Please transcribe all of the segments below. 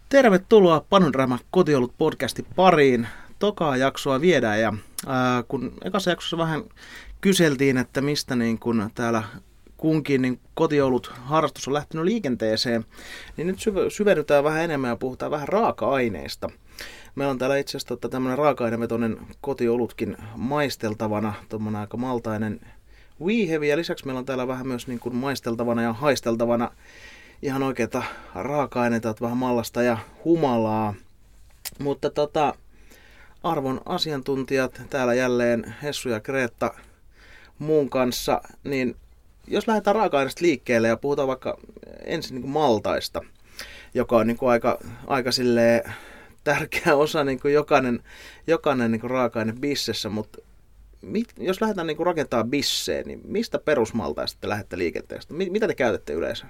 Tervetuloa Panodrama Kotiolut podcastin pariin. Tokaa jaksoa viedään ja kun ekassa jaksossa vähän kyseltiin, että mistä niin kun täällä kunkin niin kotiolut harrastus on lähtenyt liikenteeseen, niin nyt syvennytään vähän enemmän ja puhutaan vähän raaka-aineista. Meillä on täällä itse asiassa tämmöinen raaka-ainevetoinen kotiolutkin maisteltavana, tuommoinen aika maltainen Wehevi, ja lisäksi meillä on täällä vähän myös niin kuin maisteltavana ja haisteltavana ihan oikeita raaka-aineita, vähän mallasta ja humalaa. Mutta arvon asiantuntijat täällä jälleen Hessu ja Kreetta muun kanssa, niin jos lähdetään raaka-aineesta liikkeelle ja puhutaan vaikka ensin niin kuin maltaista, joka on niin kuin aika silleen tärkeä osa niin kuin jokainen niin kuin raaka-aine bissessä, mutta jos lähdetään niin kuin rakentamaan bisseen, niin mistä perusmaltaista te lähdette liikenteestä? Mitä te käytätte yleensä?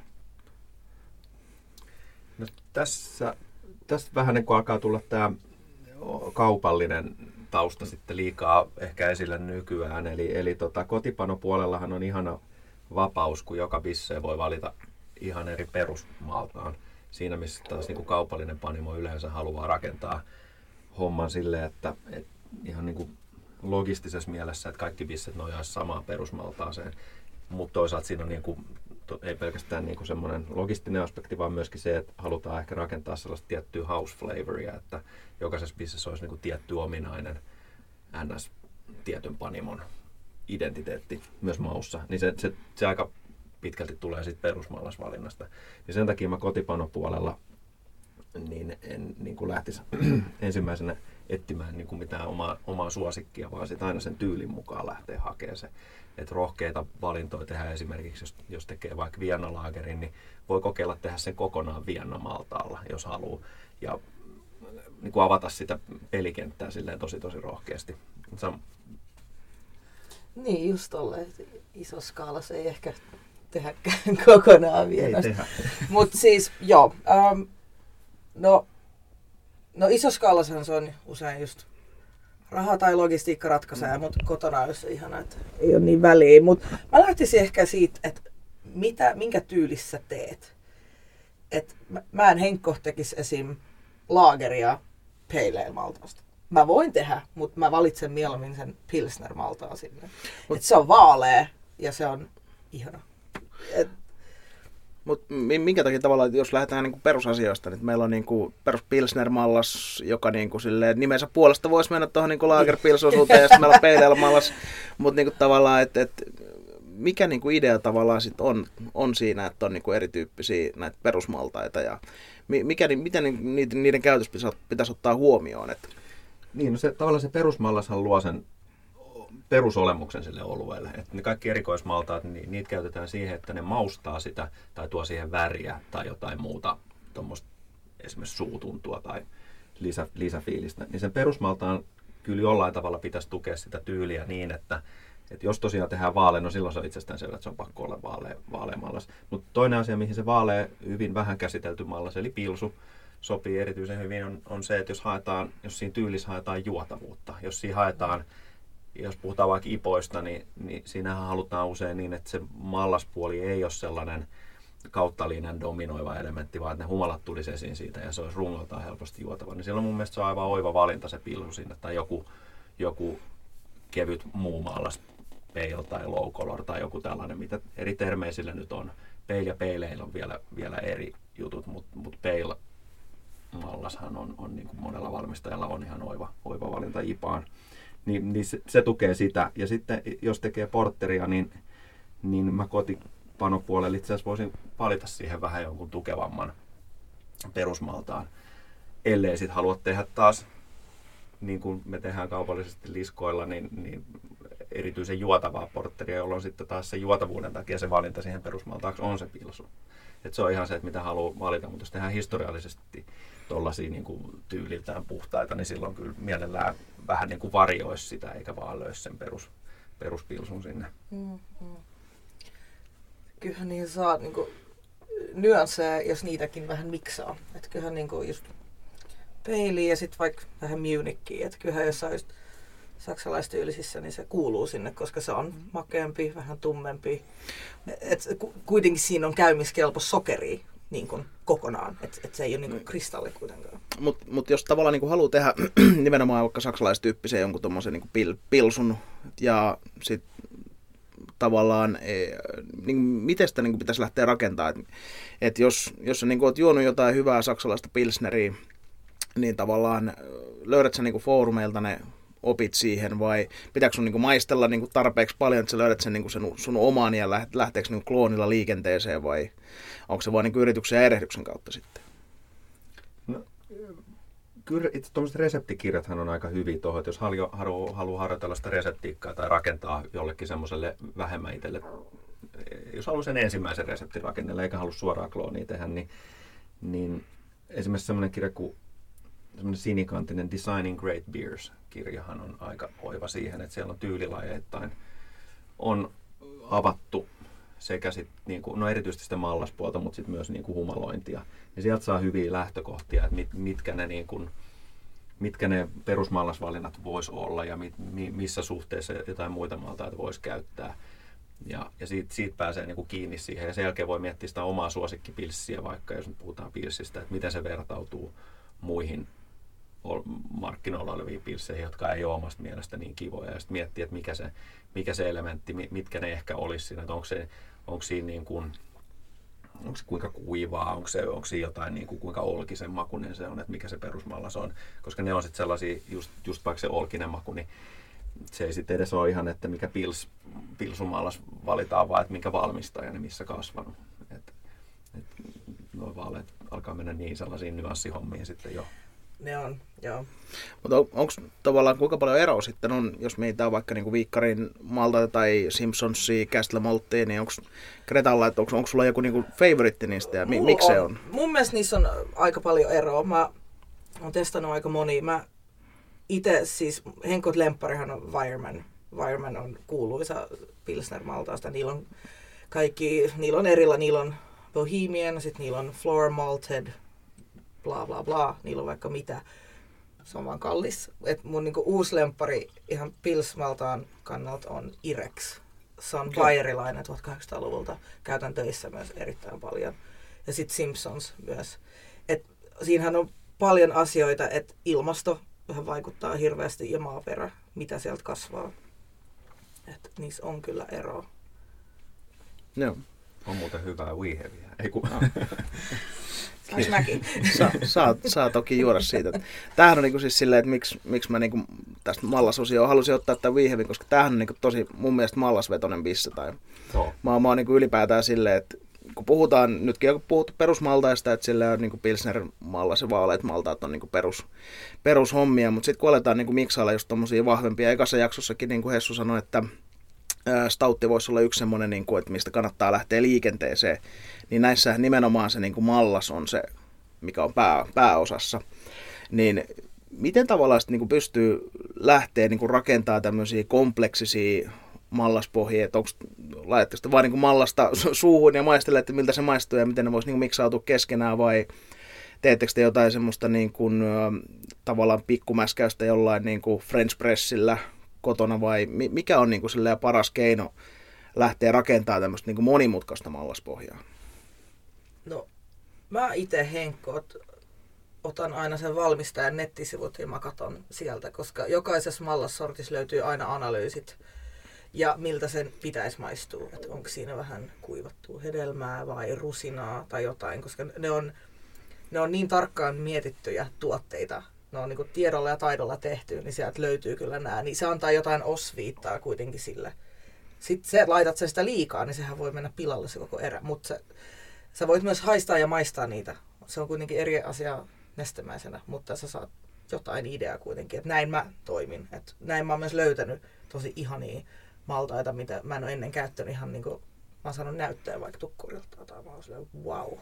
No tässä vähän niin kuin alkaa tulla tämä kaupallinen tausta sitten liikaa ehkä esille nykyään. Eli kotipanopuolellahan on ihana vapaus, kun joka bisseen voi valita ihan eri perusmaltaan. Siinä missä taas niin kuin kaupallinen panimo yleensä haluaa rakentaa homman silleen, että ihan niin kuin logistisessa mielessä, että kaikki bisset nojaisi samaan perusmaltaaseen. Mutta toisaalta siinä on niin kuin, ei pelkästään niin kuin semmoinen logistinen aspekti, vaan myöskin se, että halutaan ehkä rakentaa sellaista tiettyä house flavoria, että jokaisessa bissessä olisi niin kuin tietty ominainen ns. Tietyn panimon identiteetti myös maussa. Niin se aika pitkälti tulee siitä perusmallasvalinnasta. Ja sen takia mä kotipanopuolella niin en niin kuin lähtisi ensimmäisenä etsimään niin kuin mitään omaa suosikkia, vaan sit aina sen tyylin mukaan lähtee hakemaan se. Että rohkeita valintoja tehdään esimerkiksi, jos tekee vaikka Vienna-laagerin, niin voi kokeilla tehdä sen kokonaan Vienna-maltaalla, jos haluaa. Ja niin kuin avata sitä pelikenttää silleen tosi rohkeasti. Niin, just tolleen. Iso skaalassa ei ehkä tehdäkään kokonaan Viennasta. Mutta siis, joo. No iso skaalassahan se on usein just raha tai logistiikka ratkaisee, mutta kotona olisi ihana, että ei ole niin väliä. Mutta mä lähtisin ehkä siitä, että minkä tyylissä teet. Et mä en Henkko tekisi esim. Laageria pale ale maltaasta. Mä voin tehdä, mutta mä valitsen mieluummin sen pilsner-maltaan sinne. Et se on vaalea ja se on ihana. Mutta minkä takia tavallaan, jos lähdetään niinku perusasioista, niin meillä on niinku perus Pilsner-mallas, joka niinku nimensä puolesta voisi mennä tuohon niinku Lagerpils-osuuteen, ja sitten meillä on Pale Ale-mallas. Mutta niinku tavallaan, että mikä niinku idea tavallaan sit on siinä, että on niinku erityyppisiä näitä perusmaltaita, ja miten niiden käytös pitäisi ottaa huomioon? Että niin, no tavallaan se perusmallashan luo sen perusolemuksen sille olueelle. Että ne kaikki erikoismaltaat, niin niitä käytetään siihen, että ne maustaa sitä tai tuo siihen väriä tai jotain muuta tuommoista esimerkiksi suutuntua tai lisäfiilistä. Niin sen perusmaltaan kyllä jollain tavalla pitäisi tukea sitä tyyliä niin, että jos tosiaan tehdään vaalean, no silloin se on itsestään selvä, että se on pakko olla vaalea mallas. Mutta toinen asia, mihin se vaalea hyvin vähän käsitelty mallas, eli pilsu, sopii erityisen hyvin, on se, että jos siinä tyylissä haetaan juotavuutta, jos puhutaan vaikka ipoista, niin siinähän halutaan usein niin, että se mallaspuoli ei ole sellainen kauttalinjan dominoiva elementti, vaan että ne humalat tulisi esiin siitä ja se olisi rungoltaan helposti juotava. Niin silloin mun mielestä se on aivan oiva valinta se pilsu sinne tai joku kevyt muu mallas, pale tai low color tai joku tällainen, mitä eri termejä sille nyt on. Pale ja pale ale on vielä eri jutut, mutta pale mallashan on niin kuin monella valmistajalla on ihan oiva valinta IPAan. Niin se tukee sitä. Ja sitten jos tekee porteria, niin mä kotipanopuolella itse asiassa voisin valita siihen vähän jonkun tukevamman perusmaltaan. Ellei sit halua tehdä taas, niin kuin me tehdään kaupallisesti liskoilla, niin erityisen juotavaa porteria, jolloin sitten taas se juotavuuden takia se valinta siihen perusmaltaaksi on se pilsu. Et se on ihan se, että mitä haluaa valita, mutta jos tehdään historiallisesti tuollaisia niin kuin tyyliltään puhtaita, niin silloin kyllä mielellään vähän niin kuin varjoisi sitä, eikä vaan löisi sen peruspilsun sinne. Kyllähän niin saa niin kuin nyansseja, jos niitäkin vähän miksaa. Että kyllähän niin kuin just peiliä ja sitten vaikka vähän Munichia. Että kyllähän jossain just saksalaistyylisissä, niin se kuuluu sinne, koska se on makeampi, vähän tummempi. Et kuitenkin siinä on käymiskelpo sokeria. niin kuin kokonaan, että se ei ole niin kuin kristalli kuitenkaan. Mut jos tavallaan niin kuin haluaa tehdä nimenomaan vaikka saksalaistyyppisen jonkun tommosen niin kuin pilsun ja sitten tavallaan, niin miten sitä niin kuin pitäisi lähteä rakentamaan, että jos sä niin kuin oot juonut jotain hyvää saksalaista pilsneriä, niin tavallaan löydät sä niin kuin foorumeilta ne opit siihen vai pitääkö sun niin kuin maistella niin kuin tarpeeksi paljon, että sä löydät sen, niin kuin sen sun oman ja lähteekö niin kuin kloonilla liikenteeseen vai onko se vaan niin kuin yrityksen ja erehdyksen kautta sitten? No, kyllä itse tuommoiset reseptikirjathan on aika hyviä tuohon, että jos haluaa harjoitella sitä reseptiikkaa tai rakentaa jollekin semmoiselle vähemmän itselle, jos haluaa sen ensimmäisen reseptin rakennella eikä halua suoraan kloonia tehdä, niin esimerkiksi semmoinen kirja kuin semmoinen sinikanttinen Designing Great Beers-kirjahan on aika oiva siihen, että siellä on tyylilajeittain on avattu sekä sit, niin kuin, no erityisesti sitä mallaspuolta, mutta sitten myös niin kuin humalointia. Ja sieltä saa hyviä lähtökohtia, että mitkä ne perusmallasvalinnat voisi olla ja missä suhteessa jotain muita maltaita voisi käyttää. Ja siitä pääsee niin kuin kiinni siihen ja sen jälkeen voi miettiä sitä omaa suosikkipilssiä, vaikka jos nyt puhutaan pilssistä, että miten se vertautuu muihin markkinoilla oleviin pilsseihin, jotka ei ole omasta mielestä niin kivoja. Ja sitten miettiä, että mikä se elementti, mitkä ne ehkä olisi siinä, että onko siinä niin kuin, onko se kuinka kuivaa, onko siinä jotain niin kuin, kuinka olkisen makuinen se on, että mikä se perusmallas on. Koska ne on sitten sellaisia, just vaikka se olkinen maku, niin se ei sitten edes ole ihan, että mikä pilsumallas valitaan, vaan että mikä valmistaja, niin missä kasvanut. Nuo vaaleet alkaa mennä niin sellaisiin nyanssihommiin sitten jo. Ne on, joo. Mutta onko tavallaan kuinka paljon eroa sitten on, jos meitä vaikka niinku Viikkarin maltaita tai Simpsonsia, Castle Malttia, niin onko Gretalla, että onko sulla joku niinku favoritti niistä ja miksi se on? Mun mielestä niissä on aika paljon eroa. Mä oon testannut aika monia. Mä itse siis, Henkot lempparihan on Wireman. Wireman on kuuluisa Pilsner-maltaasta. Niillä on erillä, niillä on Bohemian, sitten niillä on Floor Malted, bla bla bla, niillä on vaikka mitä. Se on vaan kallis. Et mun niinku uusi lemppari ihan pilsmaltaan kannalta on Irex. Se on bayerilainen 1800-luvulta. Käytän töissä myös erittäin paljon. Ja sitten Simpsons myös. Et siinähän on paljon asioita, että ilmasto vähän vaikuttaa hirveästi ja maaperä, mitä sieltä kasvaa. Et niissä on kyllä eroa. Joo. On muuten hyvää weeheviä. Saanko mäkin? Saa toki juoda siitä. Tämähän on niinku siis silleen, että miksi mä niinku tästä mallasosioon halusin ottaa tämän viihevin, koska tämähän on niinku tosi mun mielestä mallasvetoinen bisse. Mä oon niinku ylipäätään silleen, että kun puhutaan, nytkin on puhuttu perusmaltaista, että sillä on niinku Pilsner-mallas ja vaaleat maltaat on niinku perushommia, mutta sitten kun aletaan niinku miksailla just tommosia vahvempia, ekassa jaksossakin niin kuin Hessu sanoi, että stoutti voisi olla yksi semmoinen, niin kuin, että mistä kannattaa lähteä liikenteeseen, niin näissä nimenomaan se niin kuin mallas on se, mikä on pääosassa. Niin miten tavallaan niin kuin pystyy lähteä niin kuin rakentamaan tämmöisiä kompleksisia mallaspohjia, että laitatteko sitä vaan niin kuin mallasta suuhun ja maistelee, että miltä se maistuu ja miten ne voisi niin kuin miksautua keskenään vai teettekö te jotain semmoista niin kuin, tavallaan pikkumäskäystä jollain niin kuin French pressillä kotona vai mikä on niin kuin paras keino lähteä rakentamaan tämmöistä niin kuin monimutkaista mallaspohjaa? No, mä itse Henkko otan aina sen valmistajan nettisivut ja mä katon sieltä, koska jokaisessa mallassortissa löytyy aina analyysit ja miltä sen pitäisi maistua. Että onko siinä vähän kuivattua hedelmää vai rusinaa tai jotain, koska ne on niin tarkkaan mietittyjä tuotteita. Ne on niin kuin tiedolla ja taidolla tehty, niin sieltä löytyy kyllä nämä. Niin se antaa jotain osviittaa kuitenkin sille. Sitten se, laitat sen sitä liikaa, niin sehän voi mennä pilalle se koko erä. Mutta sä voit myös haistaa ja maistaa niitä. Se on kuitenkin eri asia nestemäisenä, mutta sä saat jotain ideaa kuitenkin. Että näin mä toimin. Että näin mä oon myös löytänyt tosi ihania maltaita, mitä mä en ole ennen käyttänyt ihan niin kuin mä oon saanut näyttää vaikka tukkurilta. Tai mä oon silleen, wow.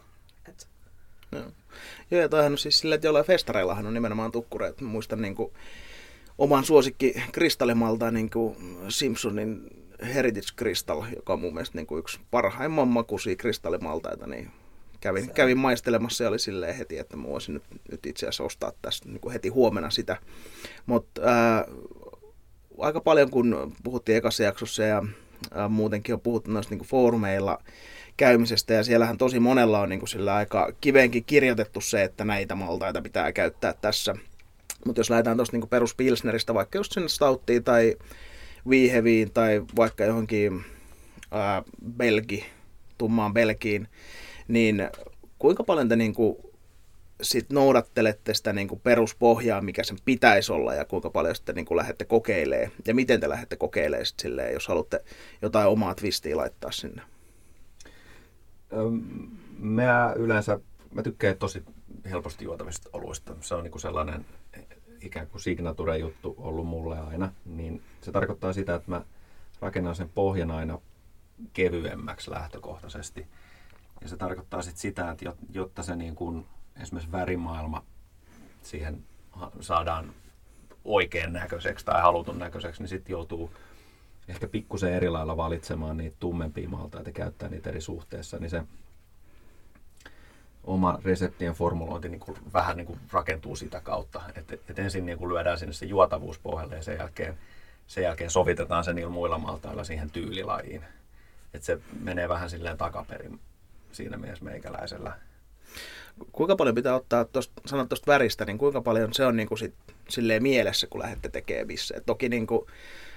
Joo, ja toihan on siis silleen, että jollain festareillahan on nimenomaan tukkureet. Muistan niin kuin oman suosikki kristallimaltaan niin kuin Simpsonin Heritage Crystal, joka on mun mielestä niin kuin yksi parhaimman makuisia kristallimaltaita, niin kävin maistelemassa ja oli silleen heti, että mä voisin nyt itse asiassa ostaa tästä niin kuin heti huomenna sitä. Mutta aika paljon kun puhuttiin ekassa jaksossa ja muutenkin on puhuttu noista niin kuin foorumeilla käymisestä. Ja siellähän tosi monella on niin kuin sillä aika kiveenkin kirjoitettu se, että näitä maltaita pitää käyttää tässä. Mutta jos lähdetään tuosta niin peruspilsneristä vaikka just sinne stouttiin tai viiheviin tai vaikka johonkin tummaan belgiin, niin kuinka paljon te niin kuin sit noudattelette sitä niin kuin peruspohjaa, mikä sen pitäisi olla, ja kuinka paljon sitten niin kuin lähdette kokeilemaan, ja miten te lähdette kokeilemaan sit silleen, jos haluatte jotain omaa twistiä laittaa sinne? Mä tykkään tosi helposti juotavista oluista. Se on niin kuin sellainen ikään kuin signature-juttu ollut mulle aina, niin se tarkoittaa sitä, että mä rakennan sen pohjan aina kevyemmäksi lähtökohtaisesti. Ja se tarkoittaa sitten sitä, että jotta se niin kuin esimerkiksi värimaailma siihen saadaan oikean näköiseksi tai halutun näköiseksi, niin sitten joutuu ehkä pikkusen eri lailla valitsemaan niitä tummempia maltaita ja käyttää niitä eri suhteessa, niin se oma reseptien formulointi niin kuin vähän niin kuin rakentuu sitä kautta. Et ensin niin kuin lyödään sinne se juotavuus pohjalle ja sen jälkeen sovitetaan se niillä muilla maltailla siihen tyylilajiin. Et se menee vähän silleen takaperin siinä mielessä meikäläisellä. Kuinka paljon pitää ottaa, sanot tuosta väristä, niin kuinka paljon se on niin kuin silleen mielessä, kun lähdette tekemään bissejä? Toki niin kuin,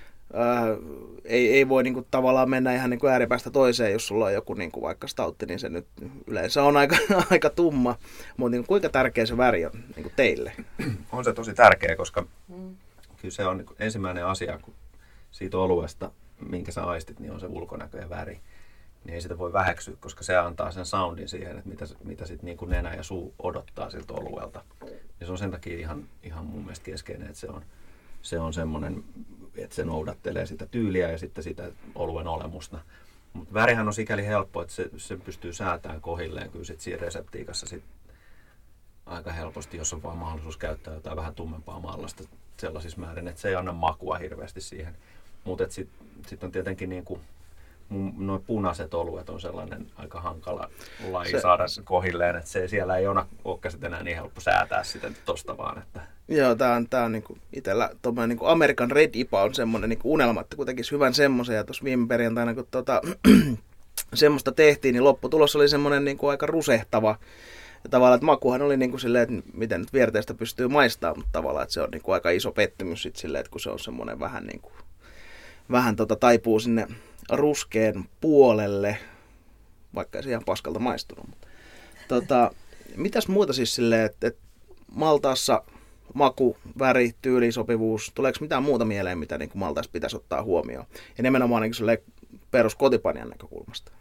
ei voi niin kuin tavallaan mennä ihan niin kuin ääripäästä toiseen, jos sulla on joku niin kuin vaikka stoutti, niin se nyt yleensä on aika tumma. Mutta niin kuinka tärkeä se väri on niin kuin teille? On se tosi tärkeä, koska kyllä se on niin kuin ensimmäinen asia, kun siitä oluesta, minkä sä aistit, niin on se ulkonäkö ja väri. Niin ei sitä voi väheksyä, koska se antaa sen soundin siihen, että mitä sit niin kuin nenä ja suu odottaa siltä oluelta. Ja se on sen takia ihan mun mielestä keskeinen, että se on semmoinen, että se noudattelee sitä tyyliä ja sitten sitä oluen olemusta. Mutta värihän on sikäli helppo, että se pystyy säätämään kohilleen kyllä sit siinä reseptiikassa sit aika helposti, jos on vaan mahdollisuus käyttää jotain vähän tummempaa mallasta sellaisissa määrin, että se ei anna makua hirveästi siihen. Mutta sitten on tietenkin niinku nuo punaiset oluet on sellainen aika hankala laji saada kohilleen, että siellä ei olekaan sitten enää niin helppo säätää sitä tosta vaan. Että. Joo, tää on niinku itsellä tommoinen niinku American Red IPA on semmoinen niinku unelma, että kun tekisi hyvän semmoisen, ja tuossa viime perjantaina kun semmoista tehtiin, niin lopputulos oli semmoinen niinku aika rusehtava. Ja tavallaan, että makuhan oli niinku silleen, että miten nyt vierteestä pystyy maistamaan, mutta tavallaan, että se on niinku aika iso pettymys sit silleen, että kun se on semmoinen vähän niinku taipuu sinne ruskeen puolelle, vaikka ei se ihan paskalta maistunut. Mutta, mitäs muuta siis silleen, että maltaassa maku, väri, tyylisopivuus, tuleeko mitään muuta mieleen, mitä niin maltaassa pitäisi ottaa huomioon? Ja nimenomaan niin silleen peruskotipanjan näkökulmasta.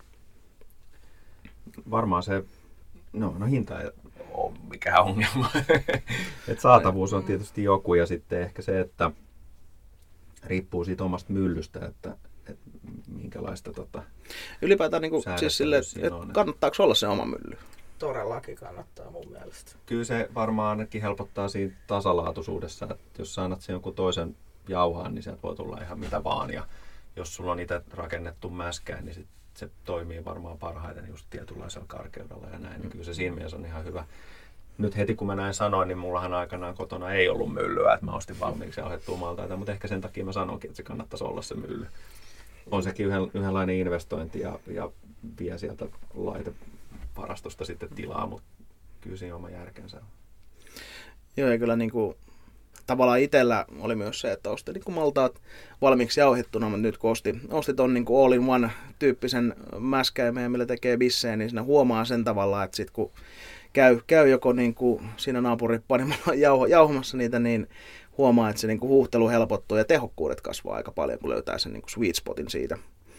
Varmaan se, no hinta ei ole mikään ongelma. Et saatavuus on tietysti joku ja sitten ehkä se, että riippuu siitä omasta myllystä, että minkälaista ylipäätään niin siis silleen, että kannattaako olla se oma mylly? Todellakin kannattaa mun mielestä. Kyllä se varmaan ainakin helpottaa siinä tasalaatuisuudessa, että jos sä annat sen jonkun toisen jauhaan, niin sieltä voi tulla ihan mitä vaan. Ja jos sulla on itse rakennettu mäskään, niin se toimii varmaan parhaiten just tietynlaisella karkeudella ja näin. Niin kyllä se siinä mielessä on ihan hyvä. Nyt heti kun mä näin sanoin, niin mullahan aikanaan kotona ei ollut myllyä, että mä ostin valmiiksi jauhettua maltaita, mutta ehkä sen takia mä sanoinkin, että se kannattaisi olla se mylly. On sekin yhdenlainen investointi ja vie sieltä laitevarastosta sitten tilaa, mutta kyllä siinä oma järkensä on. Joo, ja kyllä niin kuin, tavallaan itsellä oli myös se, että ostin niin maltaat valmiiksi jauhettuna, mutta nyt kun osti ton niin kuin all-in-one-tyyppisen mäskäimeen, millä tekee bissejä, niin siinä huomaa sen tavallaan, että sit kun käy joko niin kuin siinä naapuripanimalla jauhamassa niitä, niin huomaa, että se niin kuin huuhtelu helpottuu ja tehokkuudet kasvaa aika paljon, kun löytää sen niin kuin sweet spotin siitä.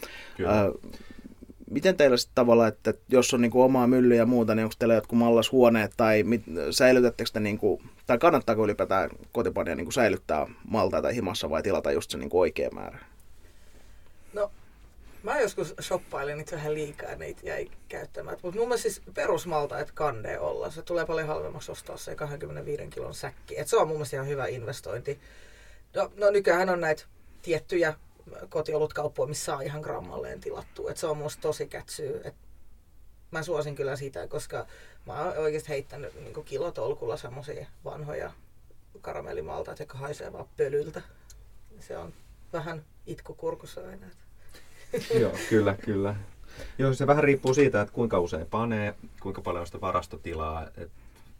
Miten teillä sitten tavallaan, että jos on niin kuin omaa myllyä ja muuta, niin onko teillä jotkut mallashuoneet tai säilytättekö te, niin kuin, tai kannattaako ylipäätään kotipania niin kuin säilyttää maltaita himassa vai tilata just se niin kuin oikea määrä? No, mä joskus shoppailin niitä vähän liikaa ja niitä jäi käyttämään. Mutta mun mielestä siis perusmalta, että kandee olla. Se tulee paljon halvemmaksi ostaa se 25 kilon säkki. Et se on mun mielestä ihan hyvä investointi. No nykyään on näitä tiettyjä kotiolutkauppoja, missä saa ihan grammalleen tilattua. Et se on musta tosi kätsyy. Et mä suosin kyllä sitä, koska mä oon oikeasti heittänyt niin kilotolkulla semmosia vanhoja karamellimaltaita, jotka haisee vaan pölyltä. Se on vähän itku kurkussa aina. Joo, kyllä. Joo, se vähän riippuu siitä, että kuinka usein panee, kuinka paljon on sitä varastotilaa, että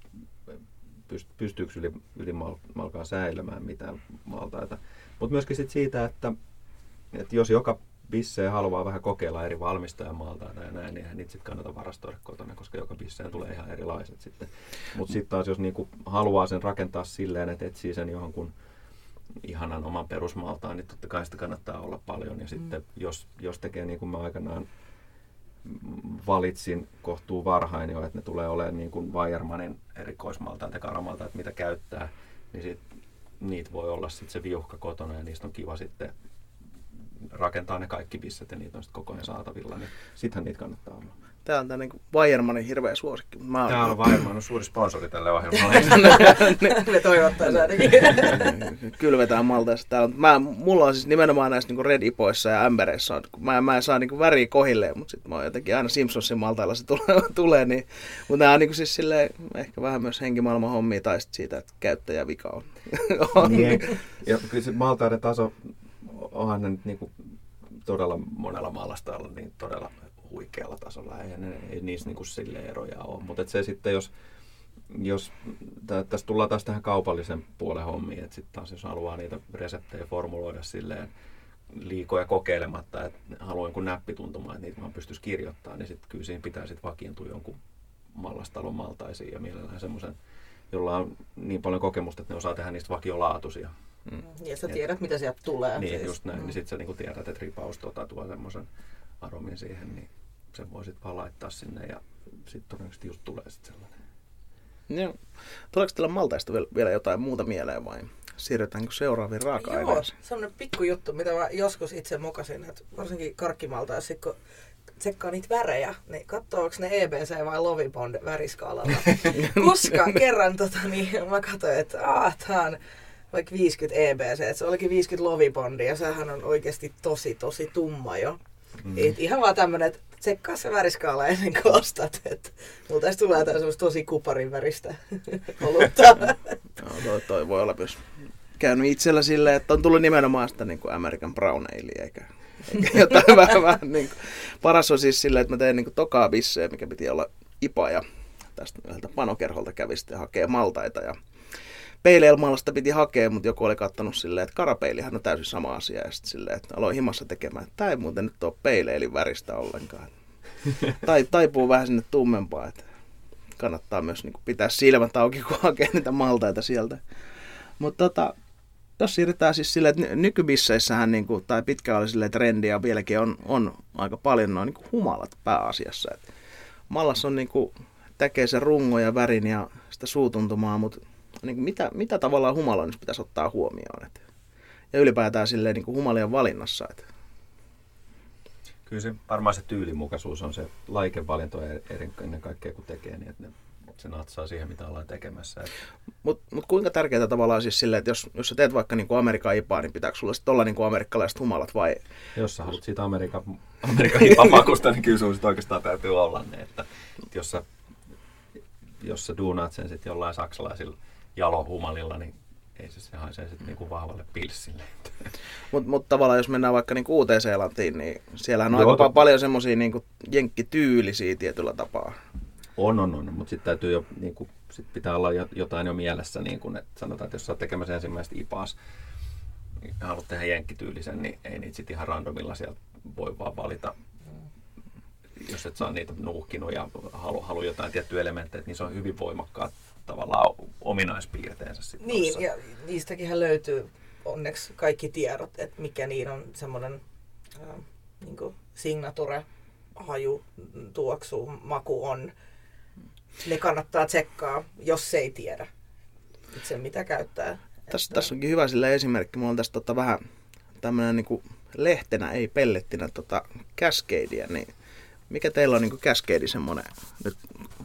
pystyykö ylimalkaan säilymään mitään maltaita. Mutta myöskin sit siitä, että jos joka bisseen haluaa vähän kokeilla eri valmistajan maltaita ja näin, niin eihän niitä sitten kannata varastoida kotona, koska joka bisseen tulee ihan erilaiset sitten. Mutta sitten taas jos niinku haluaa sen rakentaa silleen, että etsii sen johonkin ihanan oman perusmaltaan, niin totta kai sitä kannattaa olla paljon. Ja sitten jos tekee niin kuin mä aikanaan valitsin kohtuu varhain jo, että ne tulee olemaan niin kuin Weyermannin erikoismaltaat ja karamaltaat, mitä käyttää, niin niitä voi olla sitten se viuhka kotona ja niistä on kiva sitten rakentaa ne kaikki bisset ja niitä on sitten koko ajan saatavilla, niin sittenhän niitä kannattaa olla. Tämä on tämä niin Weyermannin hirveä suosikki. Tämä on Weyermann on suuri sponsori tälle ohjelmalle. Ne toivottaisi ainakin. Kylvetään maltaista. Mulla on siis nimenomaan näissä niin Red Ipoissa ja Ambereissa, kun mä en saa niin väriä kohilleen, mutta sitten mä oon jotenkin aina Simpsonsin maltailla se tulee niin. Mutta nämä on niin siis silleen, ehkä vähän myös henkimaailman hommia tai sitten siitä, että käyttäjävika on. Niin. Ja kyllä se maltaiden taso onhan ne nyt niin kuin todella monella mallastalla niin todella huikealla tasolla. Ei niissä niin kuin silleen eroja ole. Mutta se sitten, jos tässä tullaan taas tähän kaupallisen puolen hommiin, että sitten taas jos haluaa niitä reseptejä formuloida silleen liikoja kokeilematta, että haluaa jonkun näppituntumaan, että niitä vaan pystyisi kirjoittamaan, niin sitten kyllä siinä pitää sitten vakiintua jonkun mallastalon maltaisiin ja mielellään semmoisen, jolla on niin paljon kokemusta, että ne osaa tehdä niistä vakiolaatuisia. Ja sä tiedät, mitä sieltä tulee. Niin, siis. Just näin. Niin sitten sä niinku tiedät, että ripaus tuo semmoisen aromin siihen, niin sen voi sitten vaan laittaa sinne ja sitten todennäköisesti just tulee sitten sellainen. Joo. Tuleeko teillä maltaista vielä jotain muuta mieleen vai siirrytäänkö seuraaviin raaka-aineisiin? Joo, semmoinen pikkujuttu, mitä mä joskus itse mokasin, että varsinkin karkkimaltaissa, kun tsekkaa niitä värejä, niin katsoo, onko ne EBC vai Lovibond väriskaalalla. Koska kerran mä katsoin, että tää on vaikka 50 EBC, että se olikin 50 Lovibondia ja sehän on oikeasti tosi tumma jo. Et ihan vaan tämmönen, että tsekkaa se väriskaala ennen kuin ostat. Multa tästä tulee semmoista tosi kuparin väristä olutta. No, toi voi olla myös käynyt itsellä silleen, että on tullut nimenomaan sitä niin kuin American Brown Ale, eikä jotain vähän niin kuin. Paras on siis silleen, että mä tein niin kuin tokaa bissejä, mikä piti olla IPA ja tästä yhdeltä panokerholta kävi sitten hakee maltaita ja Pale Ale-mallasta piti hakea, mutta joku oli kattanut silleen, että karapeilihan on täysin sama asia. Ja sitten silleen, että aloin himassa tekemään, että tämä ei muuten nyt ole Pale Alen väristä ollenkaan. Taipuu vähän sinne tummempaa, että kannattaa myös niin kuin pitää silmät auki, kun hakee niitä maltaita sieltä. Mutta jos siirrytään siis silleen, että nykybisseissähän, niin kuin, tai pitkään oli silleen trendiä, vieläkin on aika paljon noin niin kuin humalat pääasiassa. Et mallas on niin kuin, tekee sen rungon ja värin ja sitä suutuntumaa, mutta niin mitä tavallaan humaloinnissa pitäisi ottaa huomioon? Ja ylipäätään silleen niin kuin humalien valinnassa. Kyllä se varmaan se tyylimukaisuus on se laikevalinto ennen kaikkea kun tekee, niin että se natsaa siihen, mitä ollaan tekemässä. Mut kuinka tärkeää tavallaan siis silleen, että jos sä teet vaikka niin kuin Amerikan IPAa, niin pitääkö sulla sitten olla niin kuin amerikkalaiset humalat vai? Jos sä haluat siitä Amerikan IPA-makusta, niin kyllä sun oikeastaan täytyy olla ne, että jos sä duunaat sen sitten jollain saksalaisilla jalohumalilla, niin ei se haisee sitten niinku vahvalle pilssille. Mut tavallaan jos mennään vaikka niinku Uuteen-Seelantiin, niin siellähän on aika paljon semmosia niinku jenkkityylisiä tietyllä tapaa. On, mutta sitten täytyy jo, niinku, sit pitää olla jotain jo mielessä, niin kun, että sanotaan, että jos sä oot tekemässä ensimmäistä IPAas, niin haluat tehdä jenkkityylisen, niin ei niitä sitten ihan randomilla sieltä voi vaan valita. Jos et saa niitä nuuhkinut ja halua jotain tiettyä elementtejä, niin se on hyvin voimakkaat tavallaan ominaispiirteensä. Sit niin, tossa. ja niistäkinhän löytyy onneksi kaikki tiedot, että mikä niin on semmoinen niin signature, haju, tuoksu, maku on. Ne kannattaa tsekkaa, jos se ei tiedä itse mitä käyttää. Tässä onkin hyvä sillä esimerkki. Mulla on tässä vähän tämmöinen niin lehtenä, ei pellettinä Cascadea, niin mikä teillä on niin Cascade semmoinen nyt?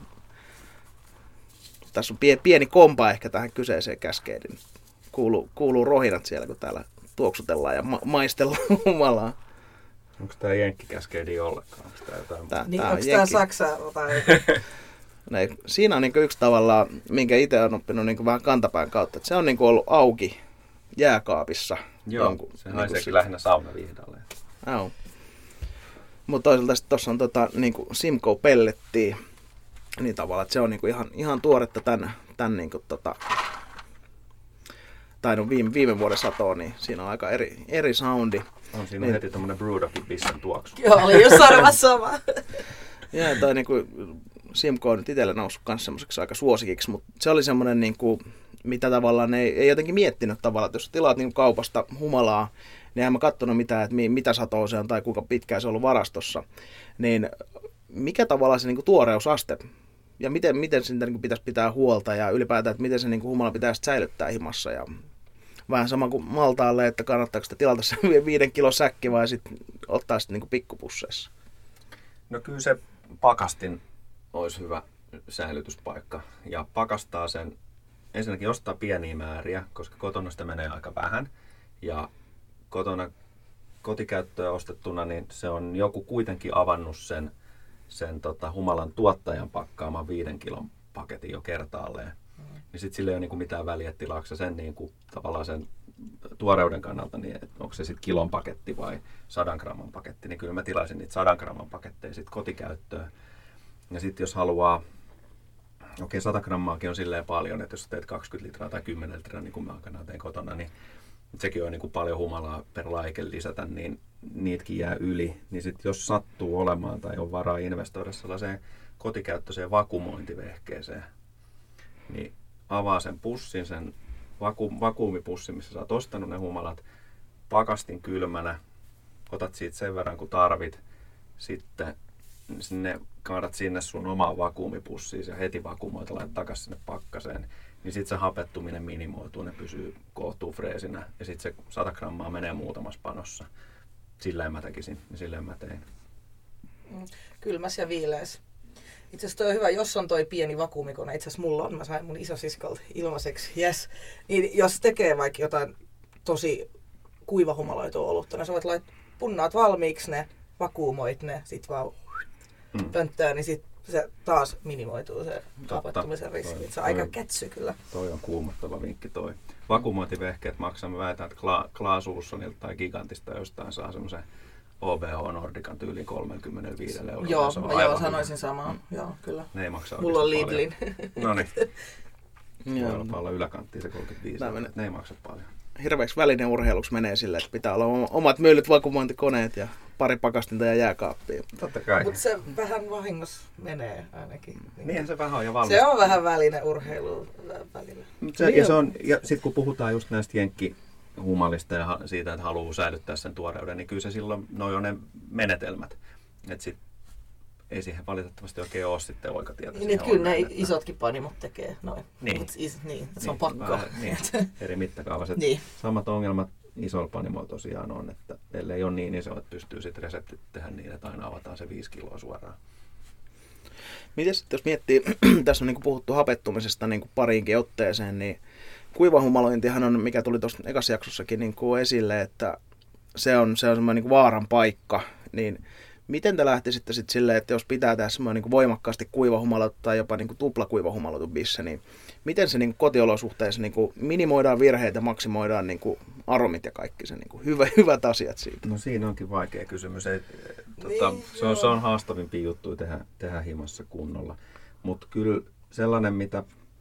Tässä on pieni kompa ehkä tähän kyseiseen Cascadeen. Kuuluu rohinat siellä, kun täällä tuoksutellaan ja maistellaan humalaa. Onko tämä jenkki-Cascade ollenkaan? Onko tämä jotain? Niin, onko tämä Saksaa tai? Siinä on niin yksi tavallaan, minkä itse olen oppinut niin vähän kantapään kautta. Että se on niin ollut auki jääkaapissa. Joo, se haiseekin lähinnä saunavihdalle. Mutta toisaalta sitten tuossa on niinku Simcoe-pellettiä, niin tavallaan, että se on niinku ihan tuoretta tämän niinku tai no viime vuoden satoa, niin siinä on aika eri soundi. On siinä niin, heti tämmönen Brewdogin bissen tuoksu. Joo, oli jo sarvassa sama. Ja toi niinku Simcoe on nyt itselle noussut myös semmoiseksi aika suosikiksi, mutta se oli semmoinen, niinku, mitä tavallaan ei jotenkin miettinyt tavallaan, että jos tilaat niinku kaupasta humalaa, niin en mä katsonut mitään, että mitä satoa se on tai kuinka pitkään se on ollut varastossa, niin mikä tavallaan se niinku tuoreusaste ja miten siitä niinku pitäisi pitää huolta ja ylipäätään, että miten se niinku humala pitäisi säilyttää himassa ja vähän sama kuin maltaalle, että kannattaako sitä tilata se 5 kilon säkki vai sitten ottaa sitten niinku pikkupusseissa? No kyllä se pakastin olisi hyvä säilytyspaikka ja pakastaa sen, ensinnäkin ostaa pieniä määriä, koska kotona sitä menee aika vähän ja kotona kotikäyttöä ostettuna, niin se on joku kuitenkin avannut sen humalan tuottajan pakkaaman 5 kilon paketin jo kertaalleen. Niin sitten sillä ei ole niinku mitään väliä, että tilaatko sen niinku, tavallaan sen tuoreuden kannalta, niin onko se sitten kilon paketti vai 100 gramman paketti, niin kyllä mä tilaisin niitä 100 gramman paketteja sitten kotikäyttöön. Ja sitten jos haluaa, 100 grammaakin on silleen paljon, että jos teet 20 litraa tai 10 litraa, niin kuin mä aikanaan tein kotona, niin sekin on niin kuin paljon humalaa per laike lisätä, niin niitäkin jää yli. Niin sitten jos sattuu olemaan tai on varaa investoida sellaiseen kotikäyttöiseen vakuumointivehkeeseen, niin avaa sen pussin, sen vakuumipussin, missä sä oot ostanut ne humalat, pakastin kylmänä, otat siitä sen verran kun tarvit, sitten kaadat sinne sun omaan vakuumipussiin ja heti vakuumoita laitat takaisin sinne pakkaseen, niin sitten se hapettuminen minimoituu, ne pysyy kohtuu freesinä ja sitten se 100 grammaa menee muutamassa panossa. Silleen mä tekisin ja silleen mä tein. Kylmäs ja viileäs. Itse asiassa toi on hyvä, jos on toi pieni vakuumikone, itse asiassa mulla on, mä sain mun isosiskolta ilmaiseksi, yes. Niin jos tekee vaikka jotain tosi kuivahumaloitua olutta, niin sä voit punnaat valmiiksi ne, vakuumoit ne, sit vaan pönttöön, niin sit se taas minimoituu se hapettumisen riski. Se on aika kätsy kyllä. Toi on kuumottava vinkki toi. Vakuumointivehkeet maksaa, mä väitän, että Clas Ohlsonilta tai Gigantista jostain saa semmoisen OBH Nordican tyyliin 35 €. Joo, joo sanoisin samaa. Joo, kyllä. Ne ei maksa mulla on Lidlin. No niin. Voi olla yläkanttiin se 35 €. Ne ei maksa paljon. Hirveäksi välineurheiluksi menee sille, että pitää olla omat myllyt, vakuumointikoneet ja pari pakastinta ja jääkaappia. Totta kai. Mutta se vähän vahingossa menee ainakin. Niinhän se vähän on ja valmis. Se on vähän välineurheilu välillä. Ja sitten kun puhutaan just näistä jenkkihumalista ja siitä, että haluaa säilyttää sen tuoreuden, niin kyllä se silloin, noi on ne menetelmät. Että sit ei siihen valitettavasti oikein ole sitten oikatietä. Niin, kyllä ne isotkin panimot tekee noin. Niin. Se on pakko. Niin, eri mittakaavaiset. Niin. Samat ongelmat isolla panimolla tosiaan on, että ellei ole niin iso, että pystyy sitten reseptit tehdä niin, että aina avataan se 5 kiloa suoraan. Miten sitten jos miettii, tässä on niin puhuttu hapettumisesta niin pariinkin otteeseen, niin kuivahumalointihan on, mikä tuli tuossa ekassa jaksossakin niin esille, että se on semmoinen niin vaaran paikka, niin miten te lähtisitte sitten silleen, että jos pitää tehdä semmoinen niin voimakkaasti kuivahumaloitu tai jopa niin tuplakuivahumaloitu bisse, niin miten se niin totiolosuhteissa niin minimoidaan virheitä ja maksimoidaan niin aromit ja kaikki se niin hyvät asiat siitä? No siinä onkin vaikea kysymys. Se on haastavimpia juttuja tehdä himassa kunnolla. Mutta kyllä sellainen, mitä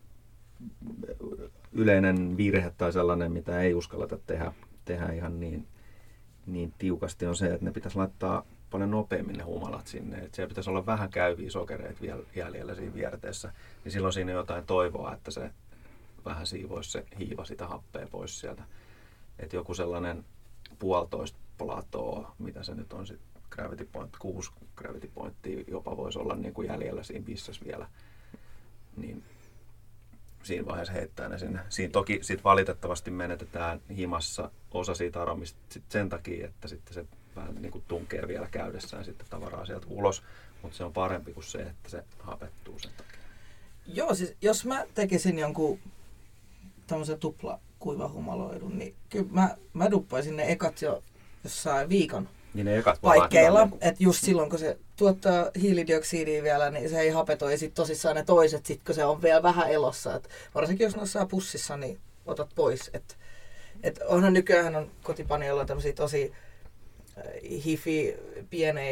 yleinen virhe tai sellainen, mitä ei uskalleta tehdä ihan niin tiukasti on se, että ne pitäisi laittaa paljon nopeammin ne humalat sinne. Et siellä pitäisi olla vähän käyviä sokereita vielä jäljellä siinä vierteessä. Niin silloin siinä on jotain toivoa, että se vähän siivoisi se hiiva sitä happea pois sieltä. Että joku sellainen 1,5 platoa, mitä se nyt on sitten Gravity Point, 6 Gravity Pointtia jopa voisi olla niin kuin jäljellä siinä bissessä vielä. Niin siinä vaiheessa heittää ne sinne. Siinä toki sit valitettavasti menetetään himassa osa siitä aromista sen takia, että sitten se vähän niin kuin tunkee vielä käydessään sitten tavaraa sieltä ulos, mutta se on parempi kuin se, että se hapettuu sen takia. Joo, siis jos mä tekisin jonkun tämmöisen tuplakuivahumaloidun, niin kyllä mä duppaisin ne ekat jo jossain viikon niin ne ekat paikkeilla, että just silloin kun se tuottaa hiilidioksidia vielä, niin se ei hapetoi ja sitten tosissaan ne toiset, sit kun se on vielä vähän elossa, et varsinkin jos ne saa pussissa, niin otat pois. Et onhan nykyään on kotipanioilla tämmöisiä tosi hifi pienei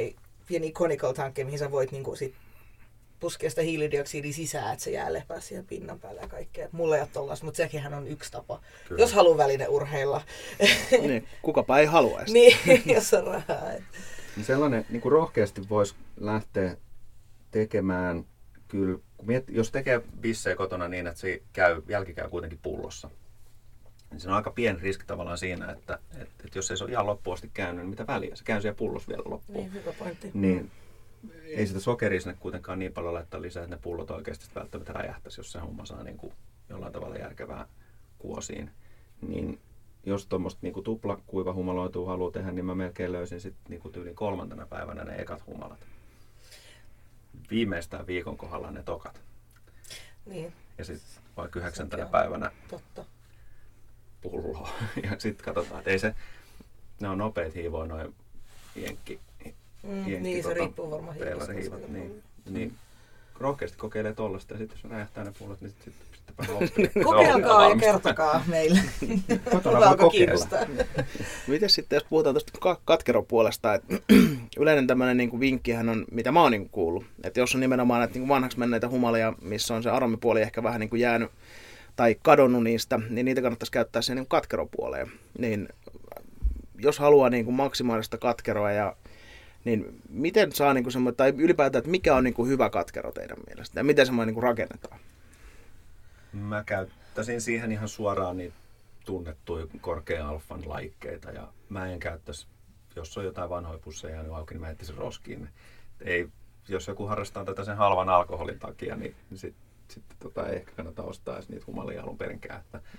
pieniä conical-tankkeja, mihin sä voit niinku sit puskea sitä hiilidioksidia sisään, että se jää lepää siihen pinnan päälle ja kaikkea. Mulla ei ole tollaista, mutta sekinhän on yksi tapa, kyllä, jos haluaa välineurheilla. Niin, kukapa ei haluaisi. Niin, jos on rahaa. Sellainen niin kuin rohkeasti voisi lähteä tekemään, kyllä, jos tekee bissejä kotona niin, että se jälki käy kuitenkin pullossa, niin se on aika pieni riski tavallaan siinä, että jos ei se ole ihan loppuun asti käynyt, niin mitä väliä, se käy siellä pullossa vielä loppuun. Niin, hyvä pointti. Niin, ei sitä sokeria sinne kuitenkaan niin paljon laittaa lisää, että ne pullot oikeasti välttämättä räjähtäisi, jos se homma saa niin kuin jollain tavalla järkevää kuosiin. Niin jos tuommoista niin tuplakuivahumaloitua haluaa tehdä, niin mä melkein löysin sitten niin tyyliin 3. päivänä ne ekat humalat. Viimeistään viikon kohdalla ne tokat. Niin. Ja sitten vaikka 9. päivänä totta. pulloa. Ja sitten katsotaan, että ei se, ne on nopeat hiivoja noin jenkki. Niin, se riippuu varmaan hiivosta. Niin rohkeasti kokeilee tollaista ja sitten jos räjähtää ne pullot, niin sittenpä loppuu. Kokeilkaa ja kertokaa meille. Kotona kiinnostaa. Miten sitten, jos puhutaan tuosta katkeropuolesta, että yleinen tämmöinen niin kuin vinkkihän on, mitä mä oon niin kuin kuullut, että jos on nimenomaan näitä niin kuin vanhaksi menneitä humalia, missä on se aromipuoli ehkä vähän niin kuin jäänyt tai kadonnut niistä, niin niitä kannattaisi käyttää siihen niin kuin katkeropuoleen. Niin jos haluaa niin kuin maksimoida sitä katkeroa niin miten saa niin kuin semmoinen, tai ylipäätään, että mikä on niin kuin hyvä katkero teidän mielestä ja miten semmoinen niin kuin rakennetaan? Mä käyttäisin siihen ihan suoraan niitä tunnettuja korkea-alfan laikkeita ja mä en käyttäisi, jos on jotain vanhoja pusseja jäänyt auki, niin mä heittäisin roskiin. Ei, jos joku harrastaa tätä sen halvan alkoholin takia, niin sitten ei ehkä kannata ostaa edes niitä humalia alun perinkään.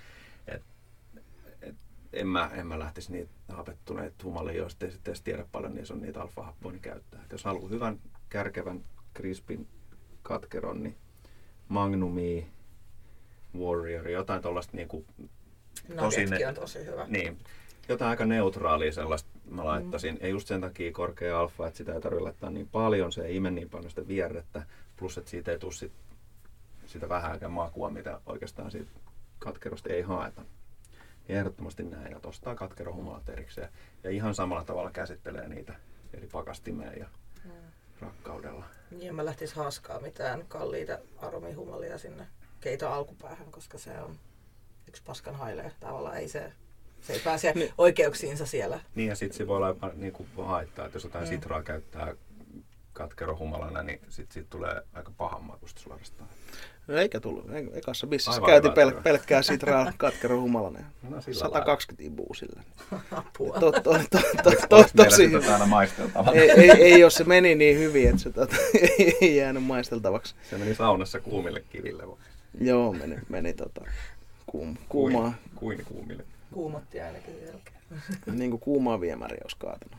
En mä lähtisi niitä hapettuneita humalia, joista ei sitten edes tiedä paljon, niin se on niitä alfa-happoja, niin käyttää. Et jos haluaa hyvän, kärkevän, crispin katkeron, niin Magnumia, Warrior, jotain tollaista niinku Nuggetkin on tosi hyvä. Niin, jotain aika neutraalia sellaista mä laittaisin. Ja just sen takia korkea alfa, että sitä ei tarvitse laittaa niin paljon, se ei ime niin paljon sitä vierrettä, plus että siitä ei tule sitä vähääkään makua, mitä oikeastaan siitä katkerosta ei haeta. Ja ehdottomasti näin, että ostaa katkerohumalat erikseen ja ihan samalla tavalla käsittelee niitä eri pakastimeen ja rakkaudella. Ja mä lähtis haaskaa mitään kalliita aromihumalia sinne keiton alkupäähän, koska se on yksi paskan hailee. Tavallaan se ei pääse oikeuksiinsa siellä. Niin ja sitten se voi olla niinku haittaa, että jos jotain sitraa käyttää katkerohumalana, niin siitä tulee aika pahan makusta suorastaan. No eikä tullut. Ekassa bississä käytiin pelkkää sitraa katkerohumalana. No, 120 ibuu sillä. Apua. Tosi hyvä. Ei jos se meni niin hyvin, että se ei jäänyt maisteltavaksi. Se meni saunassa kuumille kiville. Joo, meni kuumaa. Kuin kuumille. Kuumotti ainakin jälkeen. Niin kuin kuumaa viemäriä olisi kaatanut.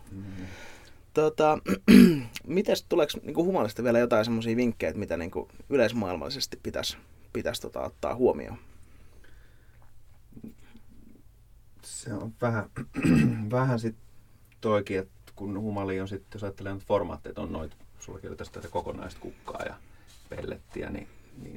Mites tuleeko niin humalista vielä jotain semmoisia vinkkejä, mitä niin kuin yleismaailmallisesti pitäisi ottaa huomioon? Se on vähän sitten toikin, että kun humali on sitten, jos ajattelee nyt formaatteet on noita, sulla oli tästä kokonaista kukkaa ja pellettiä, niin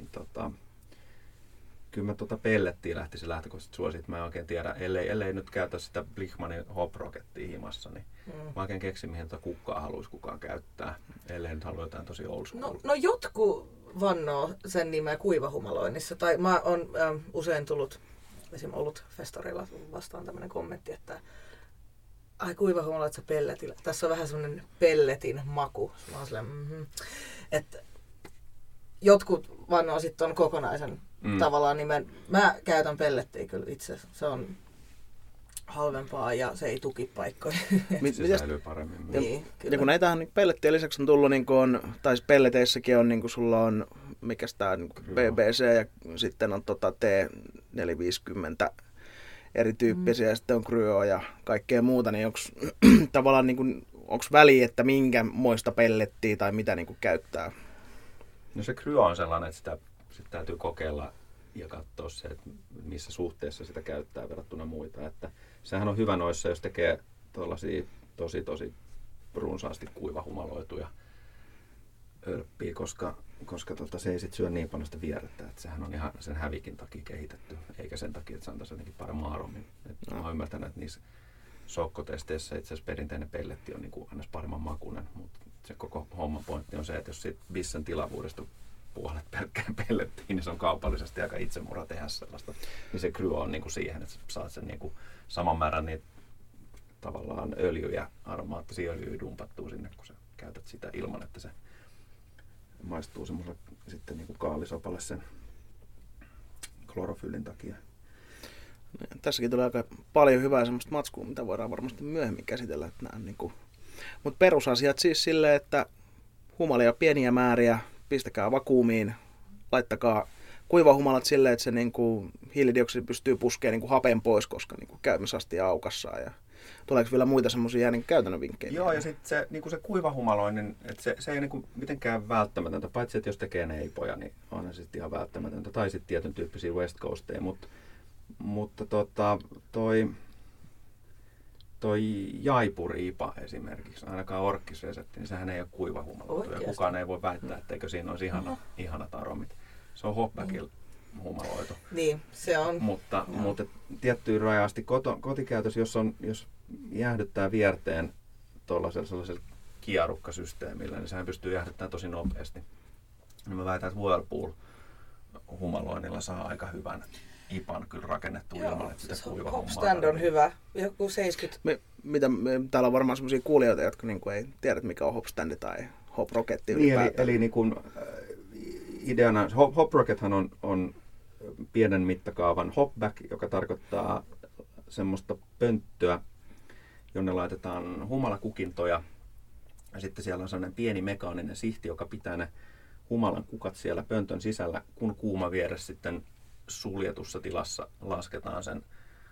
kyllä mä pellettiä lähtisin lähtökohtaisesti suosimaan. Mä en oikein tiedä, ellei nyt käytä sitä Blichmannin Hop-rokettia himassa, niin mä oikein keksin, mihin kukkaa haluaisi kukaan käyttää, ellei nyt halua jotain tosi old school. No jotkut vannoo sen nimeä kuivahumaloinnissa, tai mä oon usein tullut, esimerkiksi ollut festarilla vastaan tämmöinen kommentti, että ai kuivahumaloitsa pelletillä. Tässä on vähän semmoinen pelletin maku. Mä oon silleen, että jotkut vannoo sitten on kokonaisen tavallaan nimen. Mä käytän pellettiä kyllä itse. Se on halvempaa ja se ei tuki paikkoja. Se säilyy paremmin. Niin, ja kun näitähän niin pellettien lisäksi on tullut, niin tai pelleteissäkin on, niin sulla on, mikäs tää niin BBC ja sitten on T450 erityyppisiä ja sitten on Cryo ja kaikkea muuta, niin onko tavallaan niin onko väliä, että minkä moista pellettiä tai mitä niin käyttää? No se Cryo on sellainen, että sitä täytyy kokeilla ja katsoa se, että missä suhteessa sitä käyttää verrattuna muita. Että sehän on hyvä noissa, jos tekee tuollaisia tosi runsaasti kuivahumaloituja örppiä, koska se ei sit syö niin paljon sitä vierrettä, että sehän on ihan sen hävikin takia kehitetty, eikä sen takia, että se antaisi jotenkin paremman aromin. Mä oon ymmärtänyt, että niissä sokkotesteissä itse asiassa perinteinen pelletti on niin kuin aina paremman makuinen, mutta se koko homman pointti on se, että jos siitä bissen tilavuudesta puolet pelkkään pellettiin, niin se on kaupallisesti aika itsemurha tehdä sellaista. Niin se kryö on niin kuin siihen, että saat sen niin kuin saman määrän niitä tavallaan öljyjä, aromaattisia öljyjä dumpattua sinne, kun sä käytät sitä ilman, että se maistuu semmoiselle sitten niin kuin kaalisopalle sen klorofyllin takia. Tässäkin tulee aika paljon hyvää semmoista matskua, mitä voidaan varmasti myöhemmin käsitellä. Että nämä niin kuin... Mutta perusasiat siis silleen, että humalia pieniä määriä, pistäkää vakuumiin, laittakaa kuivahumalat silleen, että se niin kuin hiilidioksidi pystyy puskemaan niin kuin hapen pois, koska niin kuin käymisastia aukassaan. Ja tuleeko vielä muita semmoisia niin käytännön vinkkejä? Joo, ja sitten se, niin se kuivahumaloinnin, että se ei niin kuin mitenkään välttämätöntä, paitsi että jos tekee neipoja, niin on se sitten ihan välttämätöntä. Tai sitten tietyn tyyppisiä West Coasteja, mutta toi jaipuriipa esimerkiksi, ainakaan orkkisresepti, niin sehän ei ole kuivahumaloitu. Ja kukaan ei voi väittää, etteikö siinä olisi ihanat aromit. Se on hopbackilla humaloitu. Niin, se on. Mutta tiettyyn rajaan asti kotikäytössä, jos jäähdyttää vierteen tuollaisella kiarukkasysteemillä, niin sehän pystyy jäähdyttämään tosi nopeasti. Niin mä väitän, että Whirlpool-humaloinnilla saa aika hyvän IPAn kyllä rakennettu ilman, että sitä kuiva hommaa. Hopstand on hyvä. Joku 70. Täällä on varmaan sellaisia kuulijoita, jotka niinku ei tiedä, mikä on hopstandi tai hoproketti ylipäätään. Eli niin kuin, ideana, hoprockethan on pienen mittakaavan hopback, joka tarkoittaa semmoista pönttöä, jonne laitetaan humalakukintoja. Ja sitten siellä on sellainen pieni mekaaninen sihti, joka pitää ne humalan kukat siellä pöntön sisällä, kun kuuma vieressä sitten suljetussa tilassa lasketaan sen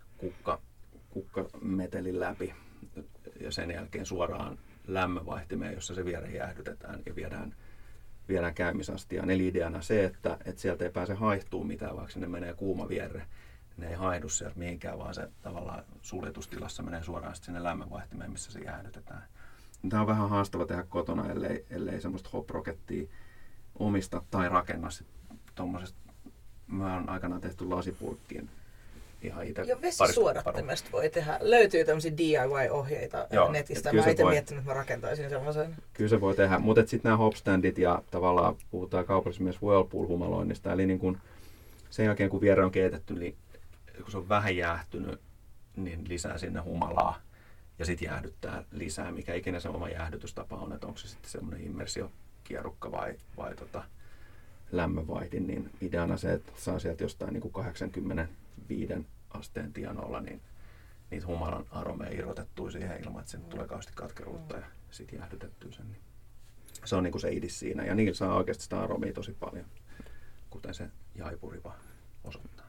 kukkametelin läpi ja sen jälkeen suoraan lämmönvaihtimeen, jossa se vierre jäähdytetään ja viedään käymisastiaan. Eli ideana se, että sieltä ei pääse haihtumaan mitään, vaikka sinne menee kuuma vierre. Ne ei haihdu sieltä mihinkään, vaan se tavallaan suljetustilassa menee suoraan sinne lämmönvaihtimeen, missä se jäähdytetään. Tämä on vähän haastava tehdä kotona, ellei semmoista hoprokettia omista tai rakenna tuommoisesta. Mä oon aikanaan tehty lasipurkkiin ihan itse. Ja vesisuodattimesta voi tehdä. Löytyy tämmöisiä DIY-ohjeita netistä. Mä itse miettinyt, että mä rakentaisin semmoisen. Kyllä se voi tehdä, mutta sitten nämä hopstandit ja tavallaan puhutaan kaupallisessa myös Whirlpool-humaloinnista. Eli niin kun sen jälkeen kun vierre on keitetty, niin kun se on vähän jäähtynyt, niin lisää sinne humalaa ja sitten jäähdyttää lisää. Mikä ikinä se oma jäähdytystapa on, että onko se sitten semmoinen immersiokierukka vai lämmönvaihdin, niin ideana se, että saa sieltä jostain niin kuin 85 asteen tienoilla, niin niitä humalan aromeja irrotettua siihen ilman, että sen tulee kauheasti katkeruutta ja sitten jäähdytettyä sen. Niin se on niin kuin se idis siinä, ja niillä saa oikeasti sitä aromia tosi paljon, kuten se jaipuriva osoittaa.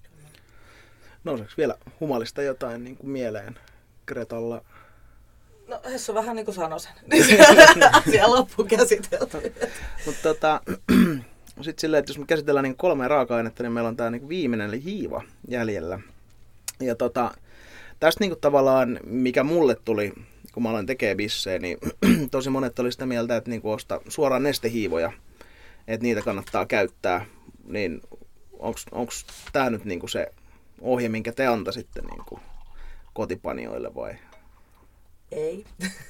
Nouseeko vielä humalista jotain niin kuin mieleen Gretalla? No, Hessu vähän niin kuin sanoi sen. Asia loppu käsitelty. Mutta sitten silleen, että jos me käsitellään niin 3 raaka-ainetta, niin meillä on tämä niin viimeinen, eli hiiva jäljellä. Ja tästä niin tavallaan, mikä mulle tuli, kun mä aloin tekemään bissejä, niin tosi monet oli sitä mieltä, että niin ostaa suoraan nestehiivoja, että niitä kannattaa käyttää. Niin onko tämä nyt niin se ohje, minkä te antaisitte niin kotipanioille vai? Ei.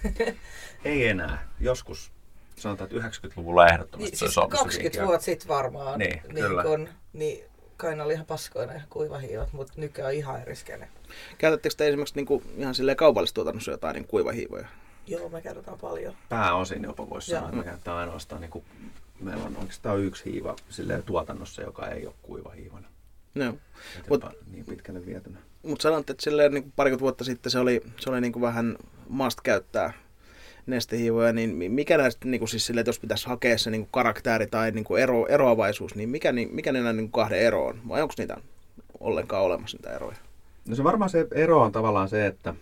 Ei enää. Joskus sanotaan, että 90-luvulla ehdottomasti siis 20 vuotta sitten varmaan. Niin, kyllä. Niin kai ne oli ihan paskoina ihan kuivahiivat, mutta nykyään on ihan eri skene. Käytättekö te esimerkiksi niinku ihan silleen kaupallisessa tuotannossa jotain niin kuivahiivoja? Joo, me käytetään paljon. Pääosin jopa voisi sanoa, että me käytetään ainoastaan, niin kuin, meillä on oikeastaan yksi hiiva silleen tuotannossa, joka ei ole kuivahiivana. No. Niin pitkälle vietynä. Mutta sanotte, että silleen, niin parikymmentä vuotta sitten se oli niin kuin vähän must käyttää nestehiivoja, niin mikä näistä, niin kuin siis silleen, että jos pitäisi hakea se niin kuin karakteri tai niin kuin eroavaisuus, niin mikä niillä niin kuin 2 ero on? Vai onko niitä ollenkaan olemassa niitä eroja? No se varmaan se ero on tavallaan se, että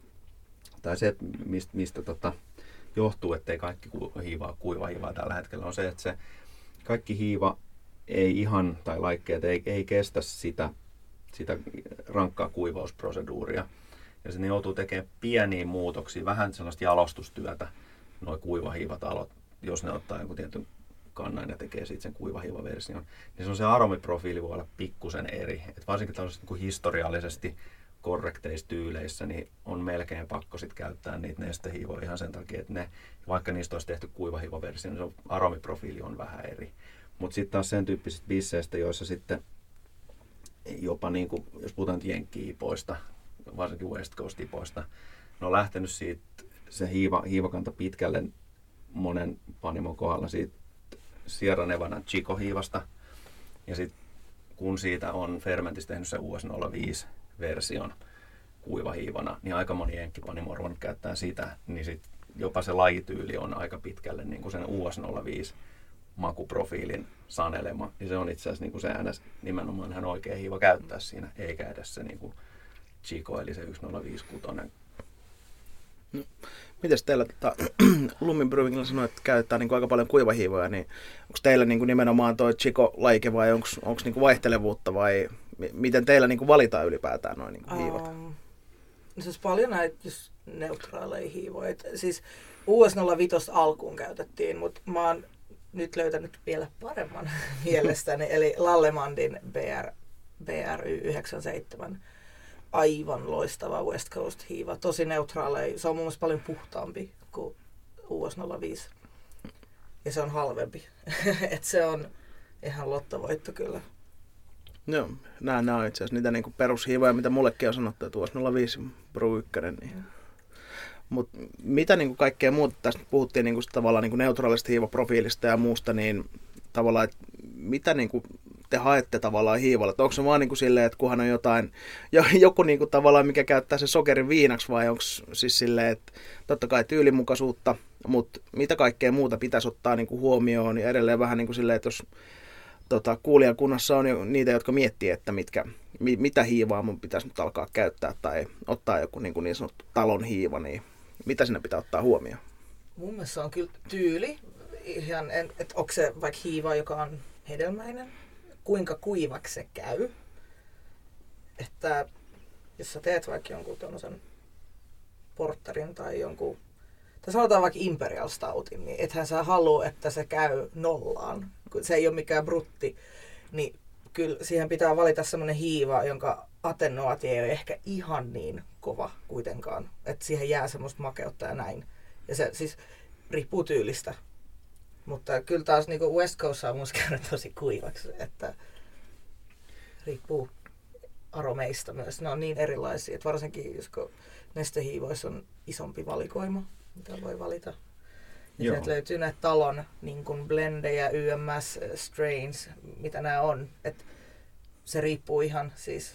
mistä johtuu, ettei kaikki kuivahiivaa tällä hetkellä, on se, että se kaikki hiiva ei ihan, tai laikkeet ei kestä sitä rankkaa kuivausproseduuria. Ja sen joutuu tekemään pieniä muutoksia, vähän sellaista jalostustyötä, nuo kuivahiivatalot, jos ne ottaa jonkun tietyn kannan ja tekee siitä sen kuivahiivaversion. Niin se aromiprofiili voi olla pikkusen eri. Et varsinkin tällaisesti niin historiallisesti korrekteissa tyyleissä, niin on melkein pakko sit käyttää niitä nestehiivoja ihan sen takia, että ne, vaikka niistä olisi tehty kuivahiivaversio, niin se aromiprofiili on vähän eri. Mutta sitten taas sen tyyppisistä bisseistä, joissa sitten jopa, niin kuin, jos puhutaan jenkki-ipoista, varsinkin West Coast-ipoista, ne on lähtenyt siitä se hiivakanta pitkälle monen panimon kohdalla siitä Sierra Nevadan Chico-hiivasta. Ja sitten kun siitä on fermentistä tehnyt se US05-version kuivahiivana, niin aika moni jenkkipanimo on ruvennut käyttää sitä, niin sit jopa se lajityyli on aika pitkälle niin kuin sen US05 makuprofiilin sanelema. Niin se on itse asiassa niin kuin se äänes nimenomaan ihan oikea hiiva käyttää siinä, eikä edes se niin kuin Chico, eli se 1056. No, mites teillä Lummin Brewingilla sanoi, että käytetään niin kuin aika paljon kuivahiivoja, niin onko teillä niin kuin nimenomaan tuo Chico-laike vai onko niin kuin vaihtelevuutta vai miten teillä niin kuin valitaan ylipäätään noin niin kuin hiivat? Siis paljon näitä just neutraaleja hiivoja. Siis US05 alkuun käytettiin, mutta mä oon nyt löytänyt vielä paremman mielestäni, eli Lallemandin BRY97. Aivan loistava West Coast hiiva, tosi neutraaleja. Se on mun mielestä paljon puhtaampi kuin US05 ja se on halvempi. Et se on ihan lottovoitto kyllä. Joo, nämä on itse asiassa niitä niinku perushiivoja, mitä mullekin on sanottu, että US05 Brew 1. Niin. Mutta mitä niinku kaikkea muuta, tästä puhuttiin niinku tavallaan niinku neutraalista hiivaprofiilista ja muusta, niin tavallaan, että mitä niinku te haette tavallaan hiivalla? Onko se vaan niinku silleen, että kunhan on joku niinku tavallaan, mikä käyttää se sokerin viinaksi, vai onko siis silleen, että totta kai tyylimukaisuutta, mutta mitä kaikkea muuta pitäisi ottaa niinku huomioon, ja edelleen vähän niinku silleen, että jos kuulijakunnassa on jo niitä, jotka miettii, että mitä hiivaa mun pitäisi nyt alkaa käyttää, tai ottaa joku niin sanottu talon hiiva, niin mitä sinne pitää ottaa huomioon? Mun mielestä se on kyllä tyyli, ihan, että onko se vaikka hiiva, joka on hedelmäinen, kuinka kuivaksi se käy. Että jos sä teet vaikka jonkun tommosen porterin tai jonkun, tai sanotaan vaikka Imperial Stoutin, niin ethän sä halua, että se käy nollaan, kun se ei ole mikään brutti, niin kyllä siihen pitää valita semmoinen hiiva, jonka attenuaatio ei ole ehkä ihan niin kova kuitenkaan, että siihen jää semmoista makeutta ja näin. Ja se siis riippuu tyylistä. Mutta kyllä taas niin West Coast saa musta käydä tosi kuivaksi, että riippuu aromeista myös. Ne on niin erilaisia, että varsinkin jos nestehiivoissa on isompi valikoima, mitä voi valita. Ja sieltä löytyy näitä talon niin kuin blendejä, YMS, strains, mitä nämä on. Et se riippuu ihan siis.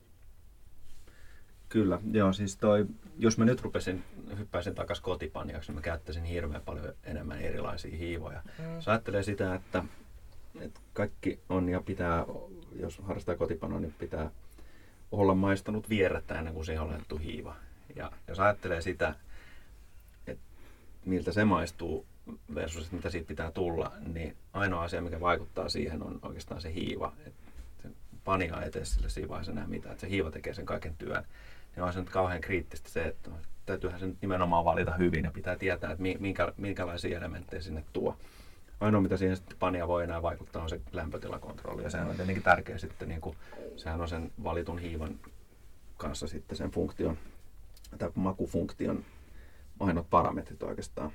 Kyllä, joo, siis jos mä nyt hyppäisin takaisin kotipanjaksi, niin mä käyttäisin hirveän paljon enemmän erilaisia hiivoja. Jos ajattelee sitä, että kaikki on ja pitää, jos harrastaa kotipanoa, niin pitää olla maistanut vierrettä ennen kuin siihen on laitettu hiiva. Ja jos ajattelee sitä, että miltä se maistuu versus että mitä siitä pitää tulla, niin ainoa asia, mikä vaikuttaa siihen, on oikeastaan se hiiva. Että se panja ei tee sille siinä vaiheessa enää mitään, että se hiiva tekee sen kaiken työn. Ja on se nyt kauhean kriittistä se, että täytyyhän se nyt nimenomaan valita hyvin ja pitää tietää, että minkälaisia elementtejä sinne tuo. Ainoa, mitä siihen sitten panja voi enää vaikuttaa, on se lämpötilakontrolli. Ja sehän on tietenkin tärkeä sitten, niin kuin, sehän on sen valitun hiivan kanssa sitten sen funktion, tai makufunktion ainoat parametrit oikeastaan.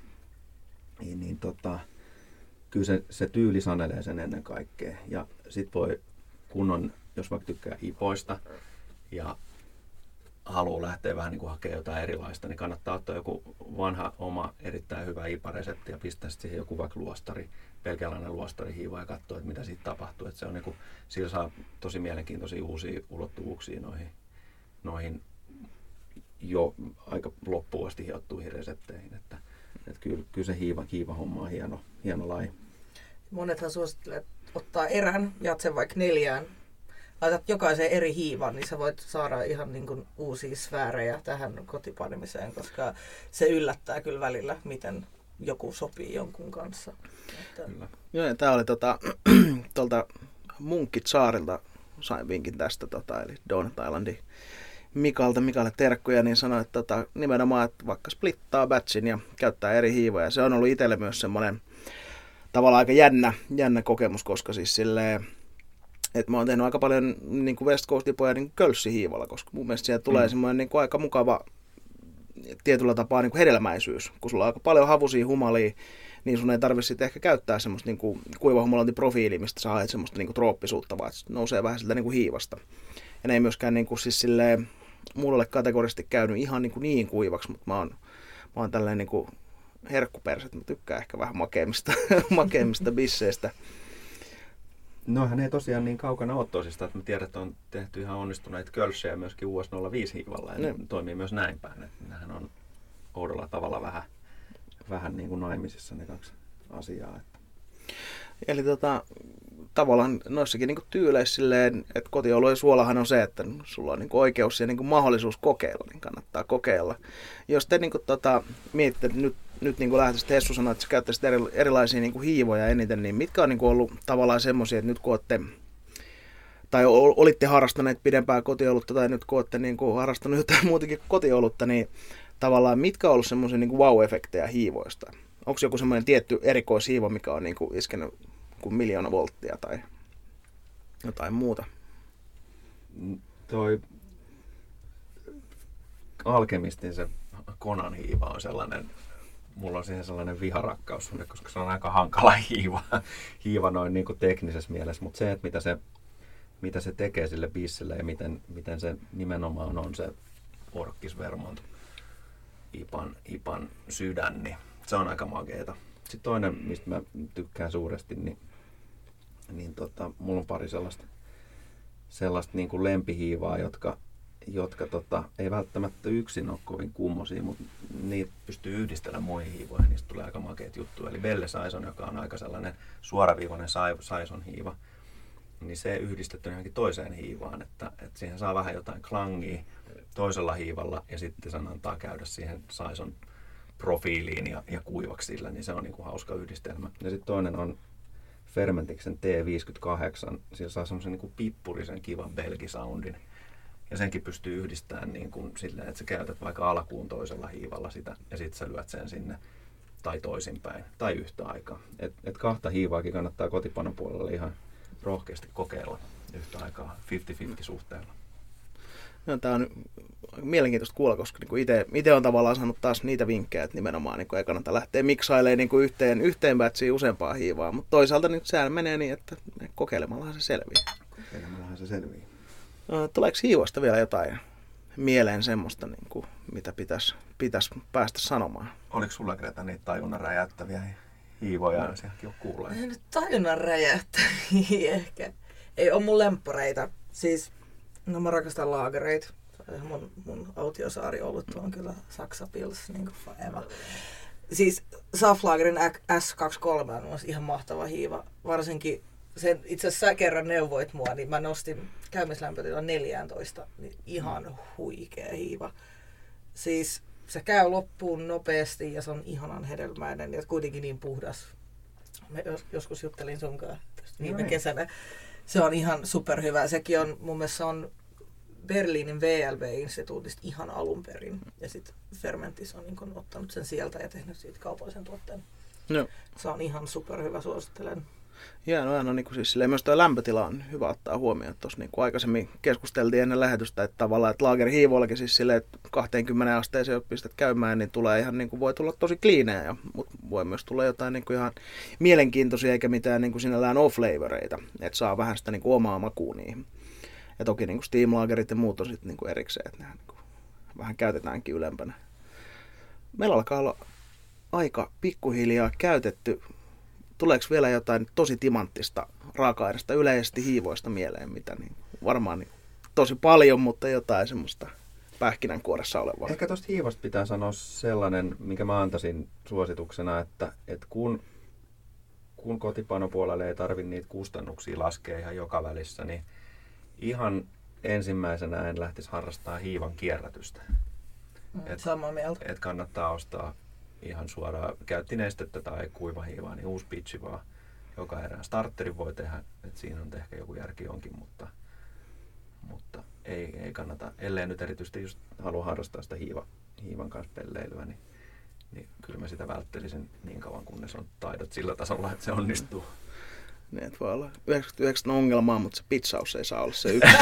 Kyllä se tyyli sanelee sen ennen kaikkea. Ja sitten voi, jos vaikka tykkää ipoista ja haluaa lähteä vähän niin kuin hakemaan jotain erilaista, niin kannattaa ottaa joku vanha oma erittäin hyvä IPA-resepti ja pistää siihen joku vaikka pelkäläinen luostarihiiva ja katsoa, että mitä siitä tapahtuu. Että se on niin kuin, sillä saa tosi mielenkiintoisia uusia ulottuvuuksia noihin jo aika loppuun asti hiottuihin resepteihin. Että kyllä se hiiva-homma on hieno laji. Monethan suosittelee ottaa erän, jaat sen vaikka 4. Laitat jokaisen eri hiivan, niin sä voit saada ihan niin kuin uusia sfäärejä tähän kotipanemiseen, koska se yllättää kyllä välillä, miten joku sopii jonkun kanssa. Kyllä. Joo, ja tää oli tuolta Munkkitsaarilta sain vinkin tästä, eli Donut Islandin Mikalle terkkuja, niin sanoi, että nimenomaan, että vaikka splittaa batchin ja käyttää eri hiivoja. Se on ollut itselle myös semmoinen tavallaan aika jännä kokemus, koska siis silleen, Mä oon tehnyt aika paljon niin kuin West Coast-tipoja niin kölssihiivalla, koska mun mielestä sieltä tulee semmoinen niin kuin aika mukava tietyllä tapaa niin kuin hedelmäisyys. Kun sulla on aika paljon havusia humalia, niin sun ei tarvitse sitten ehkä käyttää semmoista niin kuin kuivahumalointiprofiilia, mistä sä haet semmoista niin kuin trooppisuutta, vaan se nousee vähän siltä niin kuin hiivasta. Ja ne ei myöskään niin kuin, siis silleen, mulla ole kategorisesti käynyt ihan niin kuivaksi, mutta mä oon tällainen niin kuin herkkuperse, että mä tykkään ehkä vähän makeimmista bisseistä. Noihän ei tosiaan niin kaukana ole tosista, että mä tiedän, että on tehty ihan onnistuneita kölssejä myöskin US05 hiivalla, ja ne toimii myös näin päin. Että nehän on oudolla tavalla vähän niin kuin naimisissa ne kaksi asiaa. Että. Eli tavallaan noissakin niin kuin tyyleissä silleen, että kotiolujen suolahan on se, että sulla on niin kuin oikeus ja niin kuin mahdollisuus kokeilla, niin kannattaa kokeilla. Jos te niin kuin, mietitte, että nyt niin kuin lähtisit, Hessu sanoi, että sä käyttäisit erilaisia niin kuin hiivoja eniten, niin mitkä on niin kuin ollut tavallaan semmoisia, että nyt kun olette, tai olitte harrastaneet pidempää kotiolutta, tai nyt kun olette niin kuin harrastanut jotain muutakin kotiolutta, niin tavallaan mitkä on ollut semmoisia niin kuin wow-efektejä hiivoista? Onko joku semmoinen tietty erikoishiivo, mikä on niin kuin iskenyt kuin 1,000,000 volttia tai jotain muuta? Toi Alkemistin se Konan hiiva on sellainen, mulla on siihen sellainen viharakkaus, koska se on aika hankala hiiva noin niin kuin teknisessä mielessä, mutta se, että mitä se tekee sille bissille ja miten se nimenomaan on se Orkis Vermont IPAn sydän, niin se on aika makeeta. Sitten toinen, mistä mä tykkään suuresti, niin mulla on pari sellaista niin kuin lempihiivaa, jotka ei välttämättä yksin ole kovin kummosia, mutta niitä pystyy yhdistelemään muihin hiivoihin, niistä tulee aika makeita juttuja. Eli Belle Saison, joka on aika sellainen suoraviivainen Saison hiiva, niin se yhdistetty johonkin toiseen hiivaan, että siihen saa vähän jotain klangia toisella hiivalla ja sitten sen antaa käydä siihen Saison profiiliin ja kuivaksi sillä, niin se on niin kuin hauska yhdistelmä. Ja sitten toinen on Fermentiksen T58, sillä saa semmoisen niin kuin pippurisen kivan belgisoundin. Ja senkin pystyy yhdistämään niin kuin silleen, että sä käytät vaikka alkuun toisella hiivalla sitä ja sitten sä lyöt sen sinne tai toisinpäin tai yhtä aikaa. Et kahta hiivaakin kannattaa kotipanon puolella ihan rohkeasti kokeilla yhtä aikaa 50-50 suhteella. No, tämä on mielenkiintoista kuulla, koska niin itse on tavallaan saanut taas niitä vinkkejä, että nimenomaan niin ei kannata lähteä miksailemaan niin yhteen batchiin useampaa hiivaa, mutta toisaalta niin sehän menee niin, että kokeilemallahan se selviää. Tuleeko hiivoista vielä jotain mieleen semmoista, niin kuin, mitä pitäisi päästä sanomaan? Oliko sulla Greta niitä tajunnan räjäyttäviä hiivoja? Sielläkin on kuulee. Ei nyt tajunnan räjäyttäviä ehkä. Ei ole mun lemppareita. Siis, no mä rakastan laagereita. Mun autiosaari ollut on kyllä Saksapils, niin kuin faema. Siis Saflagerin S23 on ihan mahtava hiiva. Varsinkin sen itse asiassa sä kerran neuvoit mua, niin mä nostin käymislämpötilan 14, niin ihan huikea hiiva. Siis se käy loppuun nopeasti ja se on ihanan hedelmäinen ja kuitenkin niin puhdas. Mä joskus juttelin sunkaan viime kesänä. Se on ihan superhyvä. Sekin on, mun mielestä on Berliinin VLB-instituutista ihan alun perin. Ja sitten Fermentis on niin ottanut sen sieltä ja tehnyt siitä kaupallisen tuotteen. No. Se on ihan superhyvä, suosittelen. Ja no niin kuin siis silleen, myös tuo lämpötila on hyvä ottaa huomioon. Tuossa niin kuin aikaisemmin keskusteltiin ennen lähetystä, että tavallaan että laagerihiivoillakin siis silleen, että 20 asteeseen jo pistät käymään, niin tulee ihan niin kuin, voi tulla tosi kliinejä, mutta voi myös tulla jotain niin kuin ihan mielenkiintoisia eikä mitään niin kuin sinällään off-flavoreita, että saa vähän sitä niin kuin omaa makua niihin. Ja toki niin kuin steam-laagerit ja muut on sitten niin kuin erikseen, että niin kuin vähän käytetäänkin ylempänä. Meillä alkaa olla aika pikkuhiljaa käytetty. Tuleeko vielä jotain tosi timanttista raaka-aineista, yleisesti hiivoista mieleen, mitä niin varmaan niin tosi paljon, mutta jotain semmoista pähkinänkuoressa olevaa? Ehkä tuosta hiivasta pitää sanoa sellainen, minkä mä antaisin suosituksena, että kun kotipanopuolelle ei tarvitse niitä kustannuksia laskea ihan joka välissä, niin ihan ensimmäisenä en lähtisi harrastamaan hiivan kierrätystä. Samaa mieltä. Et kannattaa ostaa ihan suoraan käyttinestettä tai kuivahiivaa, niin uusi pitchi vaan joka erään. Starterin voi tehdä, että siinä on ehkä joku järki onkin, mutta ei kannata, ellei nyt erityisesti just halua harrastaa sitä hiivan kanssa pelleilyä, niin kyllä mä sitä välttelisin niin kauan, kunnes on taidot sillä tasolla, että se onnistuu. Niin, että voi olla 99 ongelmaa, mutta se pitsaus ei saa olla se yksi.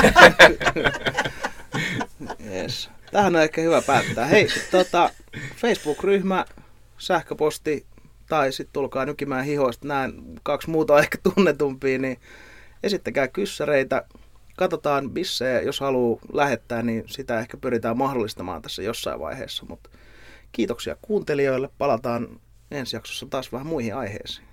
Yes. Tähän on ehkä hyvä päättää. Hei, Facebook-ryhmä, sähköposti tai sitten tulkaa nykimään hihoista. Nämä 2 muuta on ehkä tunnetumpia, niin esittäkää kyssäreitä. Katsotaan bissejä, jos haluaa lähettää, niin sitä ehkä pyritään mahdollistamaan tässä jossain vaiheessa. Mutta kiitoksia kuuntelijoille. Palataan ensi jaksossa taas vähän muihin aiheisiin.